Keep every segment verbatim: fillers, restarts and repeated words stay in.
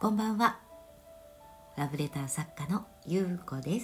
こんばんは。ラブレター作家のゆうこです。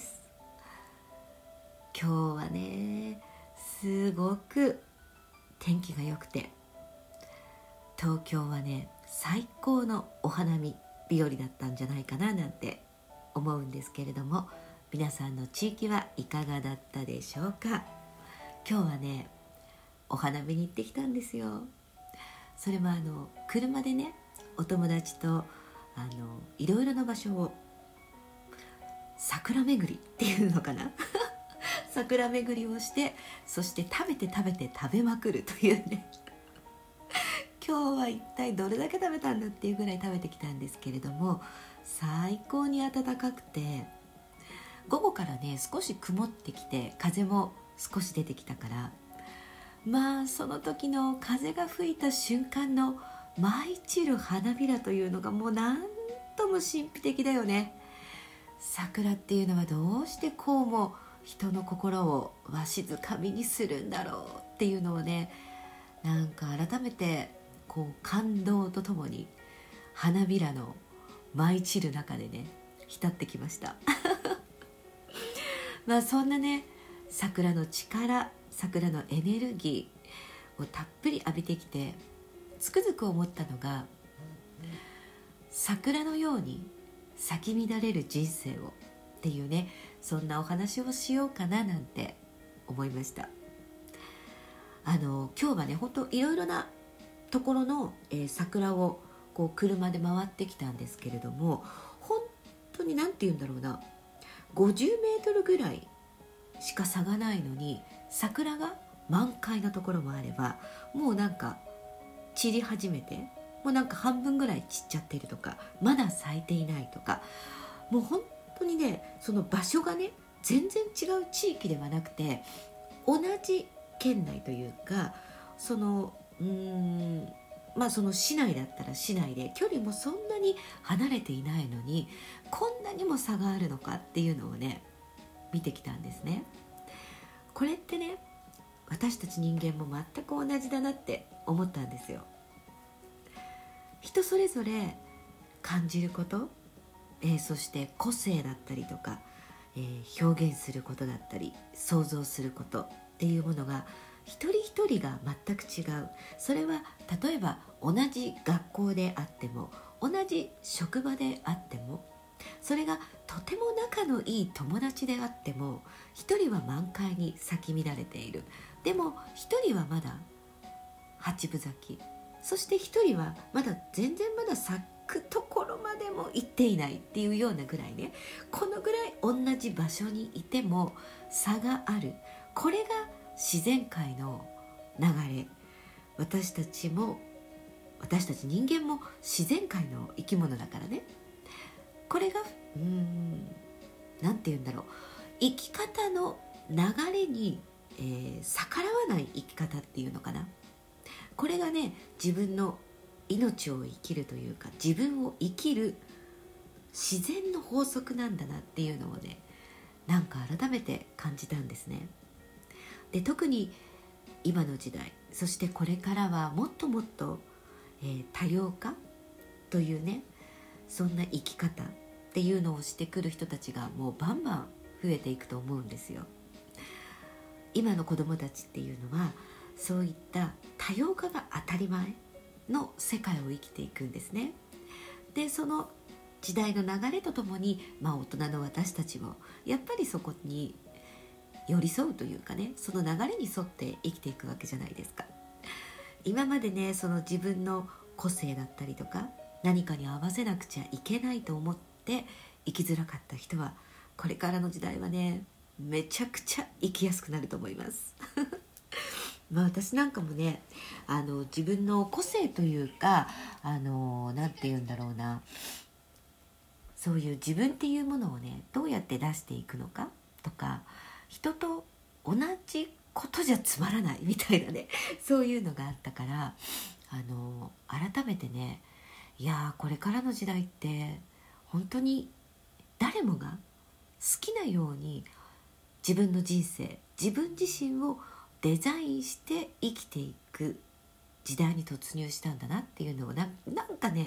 今日はね、すごく天気が良くて、東京はね、最高のお花見日和だったんじゃないかななんて思うんですけれども、皆さんの地域はいかがだったでしょうか。今日はね、お花見に行ってきたんですよ。それもあの車でね、お友達とあのいろいろな場所を桜巡りっていうのかな桜巡りをして、そして食べて食べて食べまくるというね今日は一体どれだけ食べたんだっていうぐらい食べてきたんですけれども、最高に暖かくて、午後からね少し曇ってきて風も少し出てきたから、まあその時の風が吹いた瞬間の舞い散る花びらというのがもうなんとも神秘的だよね。桜っていうのはどうしてこうも人の心をわしづかみにするんだろうっていうのをね、なんか改めてこう感動とともに花びらの舞い散る中でね浸ってきましたまあそんなね、桜の力、桜のエネルギーをたっぷり浴びてきて、つくづく思ったのが、桜のように咲き乱れる人生をっていうね、そんなお話をしようかななんて思いました。あの今日はね、本当いろいろなところの、えー、桜をこう車で回ってきたんですけれども、本当になんて言うんだろうな、ごじゅうメートルぐらいしか差がないのに、桜が満開なところもあれば、もうなんか散り始めて、もうなんか半分ぐらい散っちゃってるとか、まだ咲いていないとか、もう本当にね、その場所がね全然違う地域ではなくて、同じ県内というか、そのうーんまあその市内だったら市内で距離もそんなに離れていないのに、こんなにも差があるのかっていうのをね見てきたんですね。これってね、私たち人間も全く同じだなって思ったんですよ。人それぞれ感じること、えー、そして個性だったりとか、えー、表現することだったり想像することっていうものが一人一人が全く違う。それは例えば同じ学校であっても、同じ職場であっても、それがとても仲のいい友達であっても、一人は満開に咲き乱れている。でも一人はまだ八分咲き、そして一人はまだ全然まだ咲くところまでも行っていないっていうようなぐらいね、このぐらい同じ場所にいても差がある。これが自然界の流れ。私たちも私たち人間も自然界の生き物だからね。これがうーんなんて言うんだろう、生き方の流れに、えー、逆らわない生き方っていうのかな。これがね、自分の命を生きるというか、自分を生きる自然の法則なんだなっていうのをね、なんか改めて感じたんですね。で、特に今の時代、そしてこれからはもっともっと、えー、多様化というね、そんな生き方っていうのをしてくる人たちがもうバンバン増えていくと思うんですよ。今の子どもたちっていうのは、そういった多様化が当たり前の世界を生きていくんですね。で、その時代の流れとともに、まあ、大人の私たちもやっぱりそこに寄り添うというかね、その流れに沿って生きていくわけじゃないですか。今までね、その自分の個性だったりとか、何かに合わせなくちゃいけないと思って生きづらかった人は、これからの時代はね、めちゃくちゃ生きやすくなると思いますまあ私なんかもね、あの自分の個性というか、あのなんて言うんだろうな、そういう自分っていうものをね、どうやって出していくのかとか、人と同じことじゃつまらないみたいなねそういうのがあったから、あの改めてね、いやー、これからの時代って本当に誰もが好きなように自分の人生、自分自身をデザインして生きていく時代に突入したんだなっていうのをな、なんかね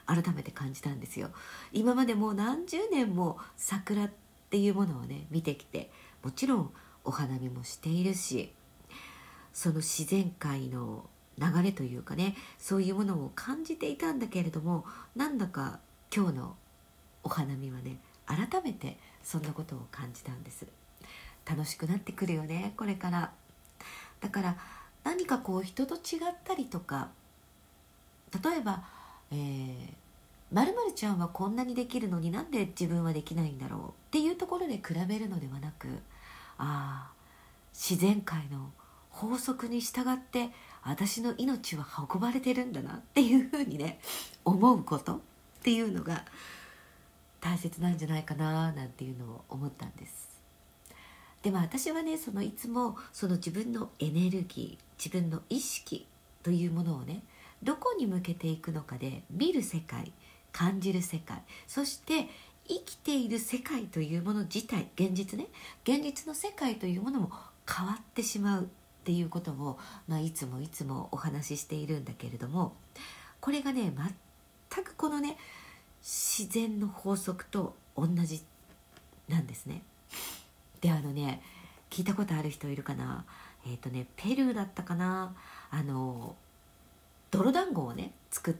改めて感じたんですよ。今までもう何十年も桜っていうものをね見てきて、もちろんお花見もしているし、その自然界の流れというかね、そういうものを感じていたんだけれども、なんだか今日のお花見はね改めてそんなことを感じたんです。楽しくなってくるよね、これから。だから何かこう人と違ったりとか、例えば、えー、〇〇ちゃんはこんなにできるのになんで自分はできないんだろうっていうところで比べるのではなく、ああ自然界の法則に従って私の命は運ばれてるんだなっていうふうにね思うことっていうのが大切なんじゃないかななんていうのを思ったんです。でも私はね、そのいつもその自分のエネルギー、自分の意識というものをねどこに向けていくのかで、見る世界、感じる世界、そして生きている世界というもの自体、現実ね、現実の世界というものも変わってしまうっていうことを、まあ、いつもいつもお話ししているんだけれども、これがね全くこのね自然の法則と同じなんですね。で、あのね聞いたことある人いるかな。えっとねペルーだったかな、あの泥団子をね作って、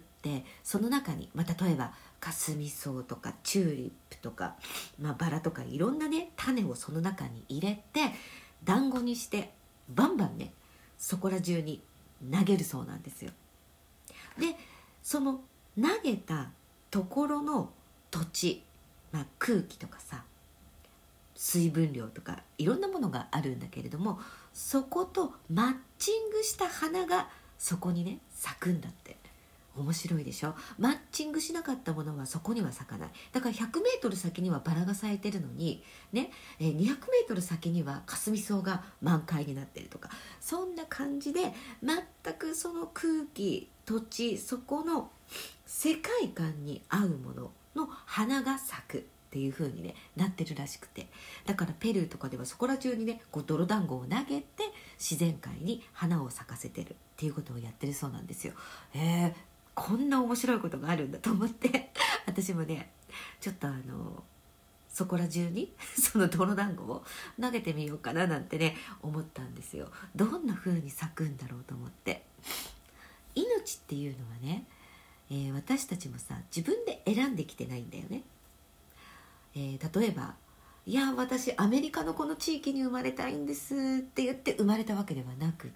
その中に、まあ、例えばカスミソウとかチューリップとか、まあ、バラとかいろんなね種をその中に入れて団子にしてバンバンねそこら中に投げるそうなんですよ。でその投げたところの土地、まあ、空気とかさ水分量とかいろんなものがあるんだけれども、そことマッチングした花がそこにね咲くんだって。面白いでしょ。マッチングしなかったものはそこには咲かない。だからひゃくメートル先にはバラが咲いてるのにね、にひゃくメートル先にはカスミソウが満開になってるとか、そんな感じで全くその空気、土地、そこの世界観に合うものの花が咲くっていう風に、ね、なってるらしくて、だからペルーとかではそこら中にねこう泥団子を投げて自然界に花を咲かせてるっていうことをやってるそうなんですよ。えー、こんな面白いことがあるんだと思って私もねちょっとあのそこら中にその泥団子を投げてみようかななんてね思ったんですよ。どんな風に咲くんだろうと思って。命っていうのはね、えー、私たちもさ自分で選んできてないんだよね。えー、例えばいや私アメリカのこの地域に生まれたいんですって言って生まれたわけではなくって、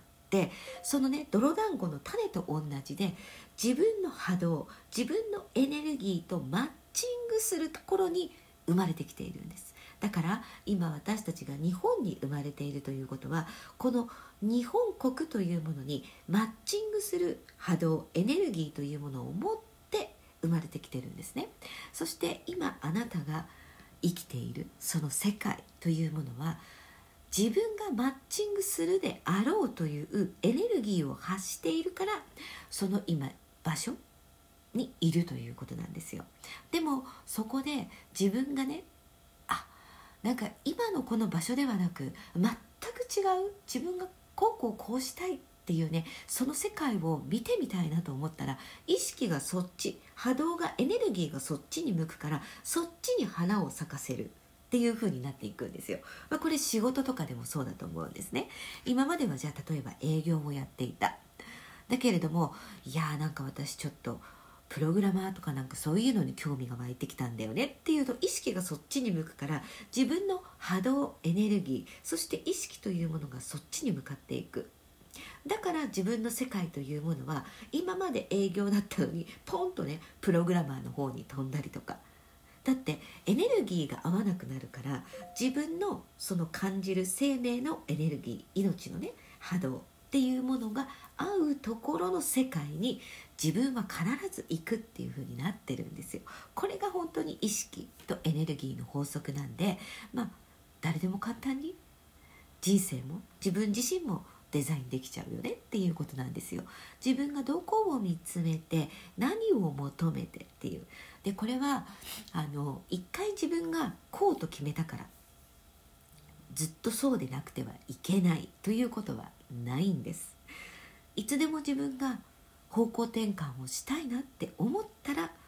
そのね泥団子の種と同じで自分の波動、自分のエネルギーとマッチングするところに生まれてきているんです。だから今私たちが日本に生まれているということは、この日本国というものにマッチングする波動、エネルギーというものを持って生まれてきてるんですね。そして今あなたが生きているその世界というものは、自分がマッチングするであろうというエネルギーを発しているから、その今場所にいるということなんですよ。でもそこで自分がね、あ、なんか今のこの場所ではなく全く違う、自分がこうこうこうしたいっていうね、その世界を見てみたいなと思ったら、意識がそっち、波動が、エネルギーがそっちに向くから、そっちに花を咲かせるっていう風になっていくんですよ。まあ、これ仕事とかでもそうだと思うんですね。今まではじゃあ例えば営業をやっていた。だけれども、いやーなんか私ちょっとプログラマーとかなんかそういうのに興味が湧いてきたんだよねっていうと、意識がそっちに向くから、自分の波動、エネルギー、そして意識というものがそっちに向かっていく。だから自分の世界というものは今まで営業だったのにポンとねプログラマーの方に飛んだりとか。だってエネルギーが合わなくなるから、自分のその感じる生命のエネルギー、命のね波動っていうものが合うところの世界に自分は必ず行くっていう風になってるんですよ。これが本当に意識とエネルギーの法則なんで、まあ誰でも簡単に人生も自分自身もデザインできちゃうよねっていうことなんですよ。自分がどこを見つめて何を求めてっていう。でこれはあの一回自分がこうと決めたからずっとそうでなくてはいけないということはないんです。いつでも自分が方向転換をしたいなって思ったら、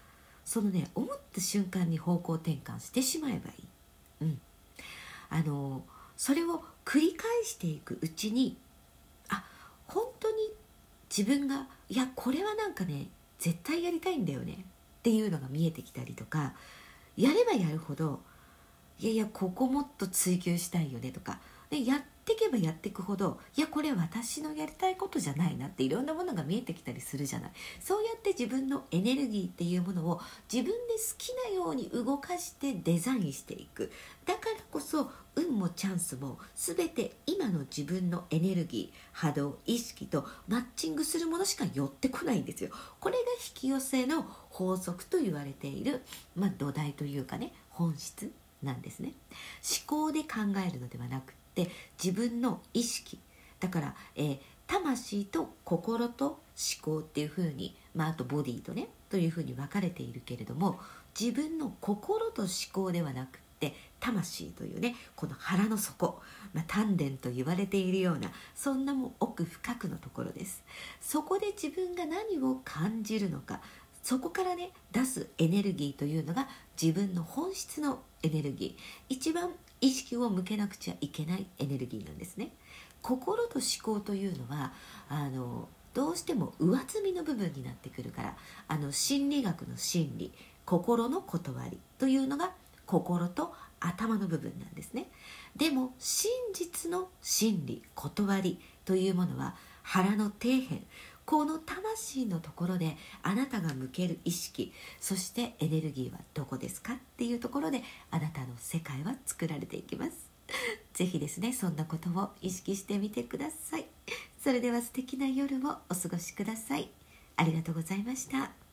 そのね思った瞬間に方向転換してしまえばいい、うん、あのそれを繰り返していくうちに、あ、本当に自分がいやこれはなんかね絶対やりたいんだよねっていうのが見えてきたりとか、やればやるほどいやいやここもっと追求したいよねとかでやっていけばやっていくほど、いやこれ私のやりたいことじゃないなっていろんなものが見えてきたりするじゃない。そうやって自分のエネルギーっていうものを自分で好きなように動かしてデザインしていく。だからこそ運もチャンスも全て今の自分のエネルギー、波動、意識とマッチングするものしか寄ってこないんですよ。これが引き寄せの法則と言われている、まあ、土台というかね、本質なんですね。思考で考えるのではなくて自分の意識だから、えー、魂と心と思考っていう風に、まあ、あとボディとねという風に分かれているけれども、自分の心と思考ではなくて魂というね、この腹の底、まあ、丹田と言われているようなそんなも奥深くのところです。そこで自分が何を感じるのか、そこからね出すエネルギーというのが自分の本質のエネルギー、一番意識を向けなくちゃいけないエネルギーなんですね。心と思考というのはあのどうしても上積みの部分になってくるから、あの心理学の心理、心の断りというのが心と頭の部分なんですね。でも真実の心理、断りというものは腹の底辺、この魂のところであなたが向ける意識、そしてエネルギーはどこですかっていうところであなたの世界は作られていきます。ぜひですね、そんなことを意識してみてください。それでは素敵な夜をお過ごしください。ありがとうございました。